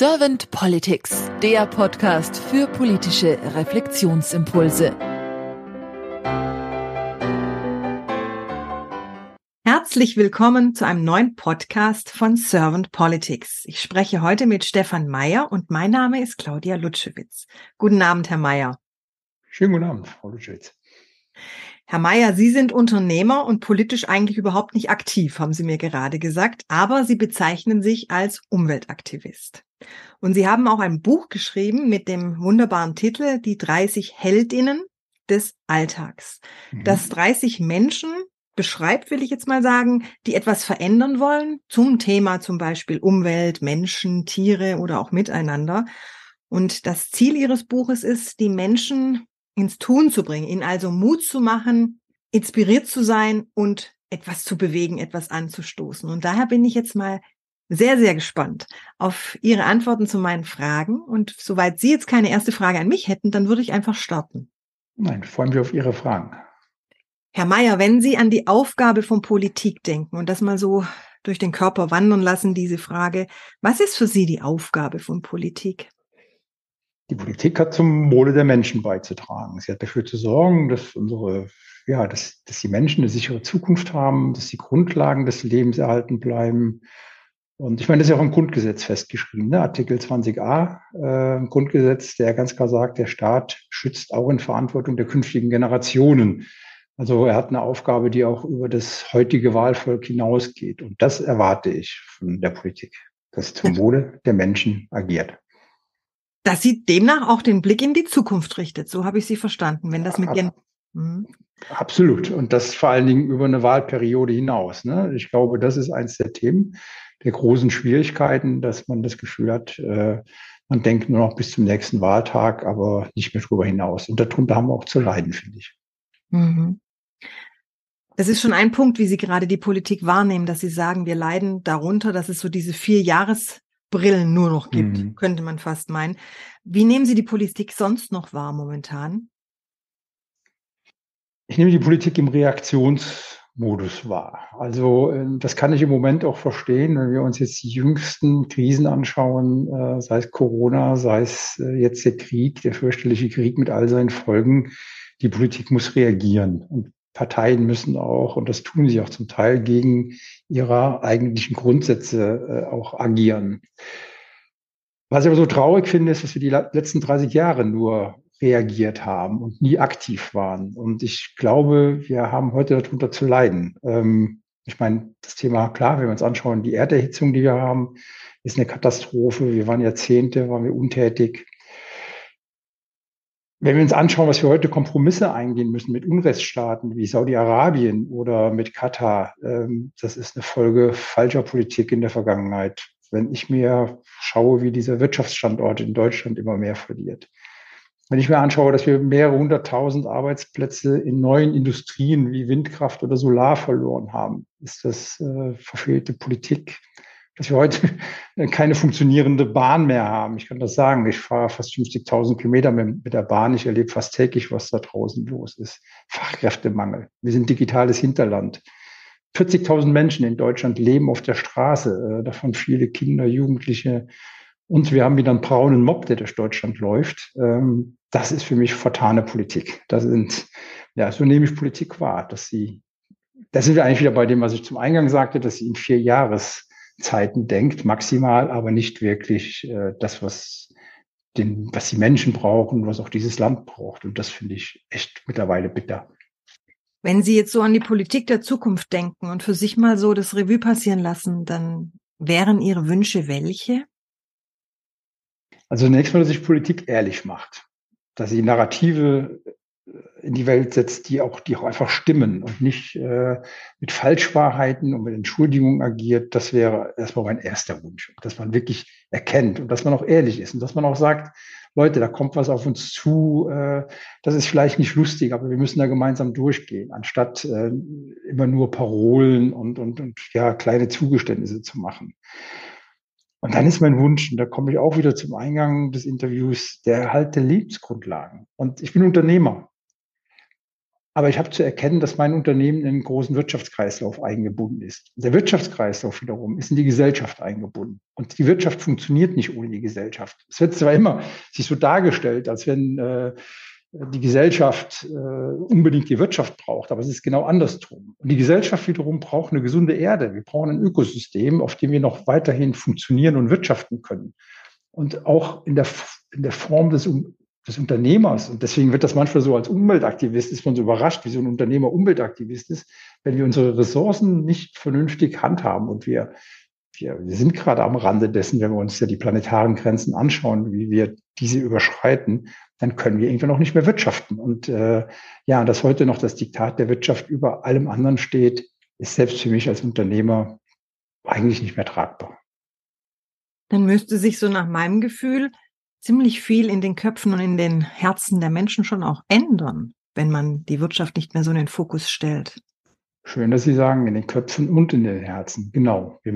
Servant Politics, der Podcast für politische Reflexionsimpulse. Herzlich willkommen zu einem neuen Podcast von Servant Politics. Ich spreche heute mit Stefan Meyer und mein Name ist Claudia Lutschewitz. Guten Abend, Herr Meyer. Schönen guten Abend, Frau Lutschewitz. Herr Meyer, Sie sind Unternehmer und politisch eigentlich überhaupt nicht aktiv, haben Sie mir gerade gesagt, aber Sie bezeichnen sich als Umweltaktivist. Und Sie haben auch ein Buch geschrieben mit dem wunderbaren Titel Die 30 Heldinnen des Alltags, das 30 Menschen beschreibt, will ich jetzt mal sagen, die etwas verändern wollen zum Thema zum Beispiel Umwelt, Menschen, Tiere oder auch Miteinander. Und das Ziel Ihres Buches ist, die Menschen ins Tun zu bringen, ihnen also Mut zu machen, inspiriert zu sein und etwas zu bewegen, etwas anzustoßen. Und daher bin ich jetzt mal sehr, sehr gespannt auf Ihre Antworten zu meinen Fragen. Und soweit Sie jetzt keine erste Frage an mich hätten, dann würde ich einfach starten. Nein, ich freue mich auf Ihre Fragen. Herr Meyer, wenn Sie an die Aufgabe von Politik denken und das mal so durch den Körper wandern lassen, diese Frage, was ist für Sie die Aufgabe von Politik? Die Politik hat zum Wohle der Menschen beizutragen. Sie hat dafür zu sorgen, dass dass die Menschen eine sichere Zukunft haben, dass die Grundlagen des Lebens erhalten bleiben. Und ich meine, das ist ja auch im Grundgesetz festgeschrieben, ne? Artikel 20a im Grundgesetz, der ganz klar sagt, der Staat schützt auch in Verantwortung der künftigen Generationen. Also er hat eine Aufgabe, die auch über das heutige Wahlvolk hinausgeht. Und das erwarte ich von der Politik, dass zum Wohle der Menschen agiert. Dass sie demnach auch den Blick in die Zukunft richtet. So habe ich Sie verstanden. Wenn das mit Ihren Absolut. Und das vor allen Dingen über eine Wahlperiode hinaus. Ne? Ich glaube, das ist eins der Themen, der großen Schwierigkeiten, dass man das Gefühl hat, man denkt nur noch bis zum nächsten Wahltag, aber nicht mehr darüber hinaus. Und darunter haben wir auch zu leiden, finde ich. Das ist schon ein Punkt, wie Sie gerade die Politik wahrnehmen, dass Sie sagen, wir leiden darunter, dass es so diese 4 Jahresbrillen nur noch gibt, könnte man fast meinen. Wie nehmen Sie die Politik sonst noch wahr momentan? Ich nehme die Politik im Reaktionsmodus wahr. Also das kann ich im Moment auch verstehen, wenn wir uns jetzt die jüngsten Krisen anschauen, sei es Corona, sei es jetzt der Krieg, der fürchterliche Krieg mit all seinen Folgen. Die Politik muss reagieren und Parteien müssen auch, und das tun sie auch zum Teil, gegen ihre eigentlichen Grundsätze auch agieren. Was ich aber so traurig finde, ist, dass wir die letzten 30 Jahre nur reagiert haben und nie aktiv waren. Und ich glaube, wir haben heute darunter zu leiden. Ich meine, das Thema, klar, wenn wir uns anschauen, die Erderhitzung, die wir haben, ist eine Katastrophe. Wir waren waren wir untätig. Wenn wir uns anschauen, was wir heute Kompromisse eingehen müssen mit Unrechtsstaaten wie Saudi-Arabien oder mit Katar, das ist eine Folge falscher Politik in der Vergangenheit. Wenn ich mir schaue, wie dieser Wirtschaftsstandort in Deutschland immer mehr verliert. Wenn ich mir anschaue, dass wir mehrere 100.000 Arbeitsplätze in neuen Industrien wie Windkraft oder Solar verloren haben, ist das verfehlte Politik. Dass wir heute keine funktionierende Bahn mehr haben. Ich kann das sagen. Ich fahre fast 50.000 Kilometer mit der Bahn. Ich erlebe fast täglich, was da draußen los ist. Fachkräftemangel. Wir sind digitales Hinterland. 40.000 Menschen in Deutschland leben auf der Straße, davon viele Kinder, Jugendliche. Und wir haben wieder einen braunen Mob, der durch Deutschland läuft. Das ist für mich vertane Politik. So nehme ich Politik wahr, da sind wir eigentlich wieder bei dem, was ich zum Eingang sagte, dass sie in 4 Jahreszeiten denkt, maximal, aber nicht wirklich das, was die Menschen brauchen, was auch dieses Land braucht. Und das finde ich echt mittlerweile bitter. Wenn Sie jetzt so an die Politik der Zukunft denken und für sich mal so das Revue passieren lassen, dann wären Ihre Wünsche welche? Also zunächst mal, dass sich Politik ehrlich macht, dass sie Narrative in die Welt setzt, die auch einfach stimmen und nicht mit Falschwahrheiten und mit Entschuldigungen agiert. Das wäre erstmal mein erster Wunsch, dass man wirklich erkennt und dass man auch ehrlich ist und dass man auch sagt, Leute, da kommt was auf uns zu, das ist vielleicht nicht lustig, aber wir müssen da gemeinsam durchgehen, anstatt immer nur Parolen und kleine Zugeständnisse zu machen. Und dann ist mein Wunsch, und da komme ich auch wieder zum Eingang des Interviews, der Erhalt der Lebensgrundlagen. Und ich bin Unternehmer. Aber ich habe zu erkennen, dass mein Unternehmen in einen großen Wirtschaftskreislauf eingebunden ist. Der Wirtschaftskreislauf wiederum ist in die Gesellschaft eingebunden. Und die Wirtschaft funktioniert nicht ohne die Gesellschaft. Es wird zwar immer sich so dargestellt, als wenn die Gesellschaft unbedingt die Wirtschaft braucht, aber es ist genau andersrum. Und die Gesellschaft wiederum braucht eine gesunde Erde. Wir brauchen ein Ökosystem, auf dem wir noch weiterhin funktionieren und wirtschaften können. Und auch in der Form des Unternehmers. Und deswegen wird das manchmal so als Umweltaktivist, ist man so überrascht, wie so ein Unternehmer Umweltaktivist ist, wenn wir unsere Ressourcen nicht vernünftig handhaben. Und wir sind gerade am Rande dessen, wenn wir uns ja die planetaren Grenzen anschauen, wie wir diese überschreiten, dann können wir irgendwann auch nicht mehr wirtschaften. Und dass heute noch das Diktat der Wirtschaft über allem anderen steht, ist selbst für mich als Unternehmer eigentlich nicht mehr tragbar. Dann müsste sich so nach meinem Gefühl ziemlich viel in den Köpfen und in den Herzen der Menschen schon auch ändern, wenn man die Wirtschaft nicht mehr so in den Fokus stellt. Schön, dass Sie sagen, in den Köpfen und in den Herzen. Genau. Wir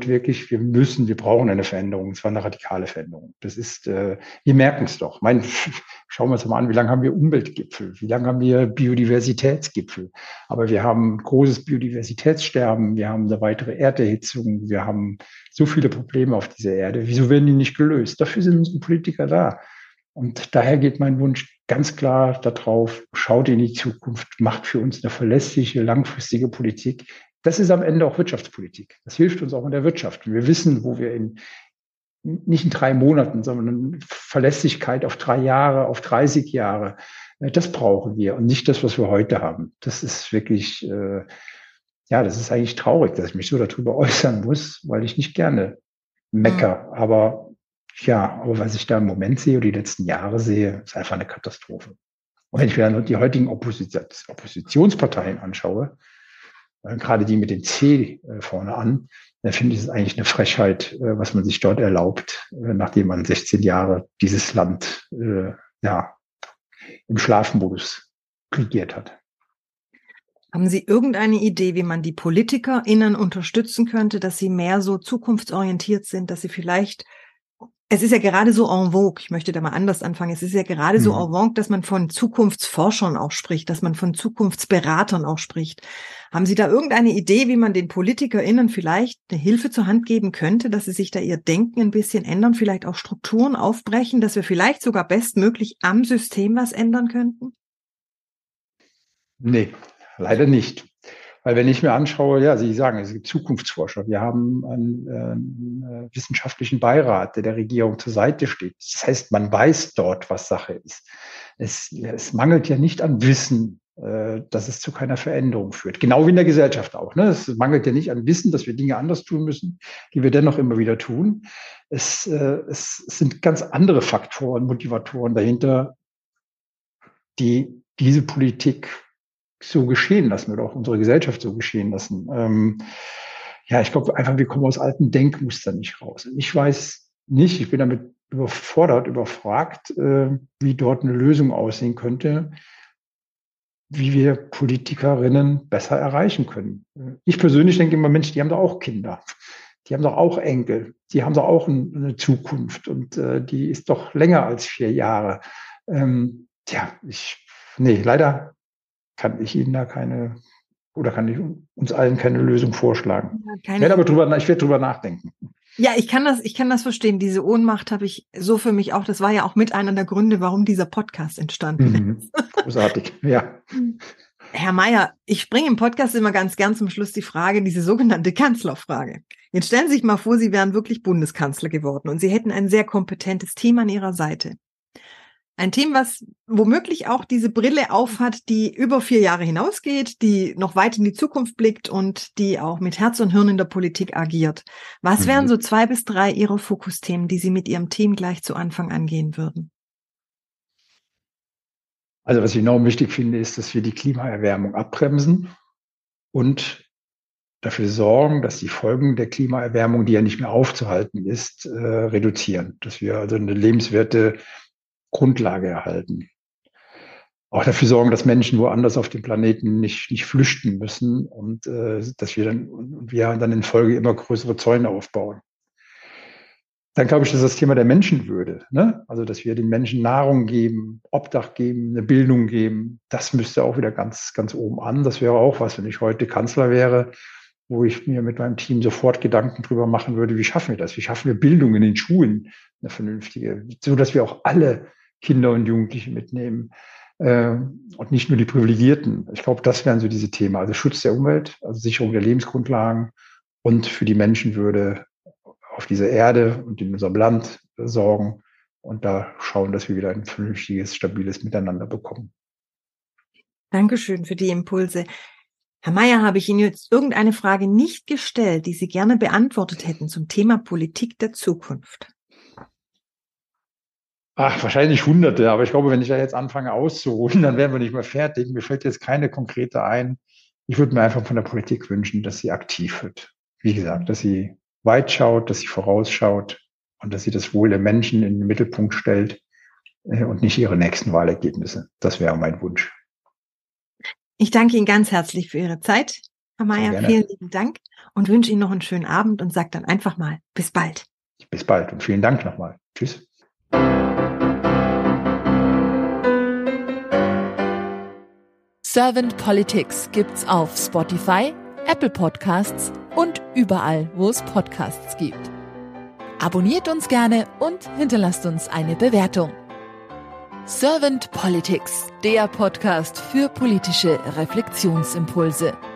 brauchen eine Veränderung, und zwar eine radikale Veränderung. Das ist, wir merken es doch. Schauen wir uns mal an, wie lange haben wir Umweltgipfel? Wie lange haben wir Biodiversitätsgipfel? Aber wir haben großes Biodiversitätssterben, wir haben eine weitere Erderhitzung, wir haben so viele Probleme auf dieser Erde. Wieso werden die nicht gelöst? Dafür sind unsere Politiker da. Und daher geht mein Wunsch ganz klar darauf, schaut in die Zukunft, macht für uns eine verlässliche, langfristige Politik. Das ist am Ende auch Wirtschaftspolitik. Das hilft uns auch in der Wirtschaft. Und wir wissen, wo wir nicht in 3 Monaten, sondern Verlässlichkeit auf 3 Jahre, auf 30 Jahre, das brauchen wir und nicht das, was wir heute haben. Das ist wirklich, das ist eigentlich traurig, dass ich mich so darüber äußern muss, weil ich nicht gerne mecker, aber was ich da im Moment sehe oder die letzten Jahre sehe, ist einfach eine Katastrophe. Und wenn ich mir dann die heutigen Oppositionsparteien anschaue, gerade die mit dem C vorne an, dann finde ich es eigentlich eine Frechheit, was man sich dort erlaubt, nachdem man 16 Jahre dieses Land im Schlafmodus regiert hat. Haben Sie irgendeine Idee, wie man die PolitikerInnen unterstützen könnte, dass sie mehr so zukunftsorientiert sind, dass sie vielleicht, es ist ja gerade so en vogue, ich möchte da mal anders anfangen, es ist ja gerade so en vogue, dass man von Zukunftsforschern auch spricht, dass man von Zukunftsberatern auch spricht. Haben Sie da irgendeine Idee, wie man den PolitikerInnen vielleicht eine Hilfe zur Hand geben könnte, dass sie sich da ihr Denken ein bisschen ändern, vielleicht auch Strukturen aufbrechen, dass wir vielleicht sogar bestmöglich am System was ändern könnten? Nee, leider nicht. Weil wenn ich mir anschaue, Sie sagen, es gibt Zukunftsforscher. Wir haben einen wissenschaftlichen Beirat, der Regierung zur Seite steht. Das heißt, man weiß dort, was Sache ist. Es mangelt ja nicht an Wissen, dass es zu keiner Veränderung führt. Genau wie in der Gesellschaft auch. Ne? Es mangelt ja nicht an Wissen, dass wir Dinge anders tun müssen, die wir dennoch immer wieder tun. Es sind ganz andere Faktoren, Motivatoren dahinter, die diese Politik so geschehen lassen oder auch unsere Gesellschaft so geschehen lassen. Ich glaube einfach, wir kommen aus alten Denkmustern nicht raus. Ich weiß nicht, ich bin damit überfragt, wie dort eine Lösung aussehen könnte, wie wir Politikerinnen besser erreichen können. Ich persönlich denke immer, Mensch, die haben doch auch Kinder. Die haben doch auch Enkel. Die haben doch auch eine Zukunft und die ist doch länger als 4 Jahre. Leider kann ich Ihnen da kann ich uns allen keine Lösung vorschlagen. Ich werde drüber nachdenken. Ja, ich kann das verstehen. Diese Ohnmacht habe ich so für mich auch. Das war ja auch mit einer der Gründe, warum dieser Podcast entstanden ist. Großartig, ja. Herr Mayer, ich bringe im Podcast immer ganz gern zum Schluss die Frage, diese sogenannte Kanzlerfrage. Jetzt stellen Sie sich mal vor, Sie wären wirklich Bundeskanzler geworden und Sie hätten ein sehr kompetentes Team an Ihrer Seite. Ein Team, was womöglich auch diese Brille aufhat, die über 4 Jahre hinausgeht, die noch weit in die Zukunft blickt und die auch mit Herz und Hirn in der Politik agiert. Was wären so 2 bis 3 Ihrer Fokusthemen, die Sie mit Ihrem Team gleich zu Anfang angehen würden? Also was ich enorm wichtig finde, ist, dass wir die Klimaerwärmung abbremsen und dafür sorgen, dass die Folgen der Klimaerwärmung, die ja nicht mehr aufzuhalten ist, reduzieren. Dass wir also eine lebenswerte Grundlage erhalten. Auch dafür sorgen, dass Menschen woanders auf dem Planeten nicht flüchten müssen und dass wir dann in Folge immer größere Zäune aufbauen. Dann glaube ich, dass das Thema der Menschenwürde, ne? Also, dass wir den Menschen Nahrung geben, Obdach geben, eine Bildung geben, das müsste auch wieder ganz, ganz oben an. Das wäre auch was, wenn ich heute Kanzler wäre, wo ich mir mit meinem Team sofort Gedanken drüber machen würde, wie schaffen wir das? Wie schaffen wir Bildung in den Schulen, eine vernünftige, so dass wir auch alle Kinder und Jugendliche mitnehmen und nicht nur die Privilegierten. Ich glaube, das wären so diese Themen. Also Schutz der Umwelt, also Sicherung der Lebensgrundlagen und für die Menschenwürde auf dieser Erde und in unserem Land sorgen und da schauen, dass wir wieder ein vernünftiges, stabiles Miteinander bekommen. Dankeschön für die Impulse. Herr Mayer, habe ich Ihnen jetzt irgendeine Frage nicht gestellt, die Sie gerne beantwortet hätten zum Thema Politik der Zukunft? Ach, wahrscheinlich Hunderte, aber ich glaube, wenn ich da jetzt anfange auszuholen, dann wären wir nicht mehr fertig. Mir fällt jetzt keine konkrete ein. Ich würde mir einfach von der Politik wünschen, dass sie aktiv wird. Wie gesagt, dass sie weit schaut, dass sie vorausschaut und dass sie das Wohl der Menschen in den Mittelpunkt stellt und nicht ihre nächsten Wahlergebnisse. Das wäre mein Wunsch. Ich danke Ihnen ganz herzlich für Ihre Zeit, Herr Mayer. Vielen lieben Dank und wünsche Ihnen noch einen schönen Abend und sage dann einfach mal bis bald. Bis bald und vielen Dank nochmal. Tschüss. Servant Politics gibt's auf Spotify, Apple Podcasts und überall, wo es Podcasts gibt. Abonniert uns gerne und hinterlasst uns eine Bewertung. Servant Politics, der Podcast für politische Reflexionsimpulse.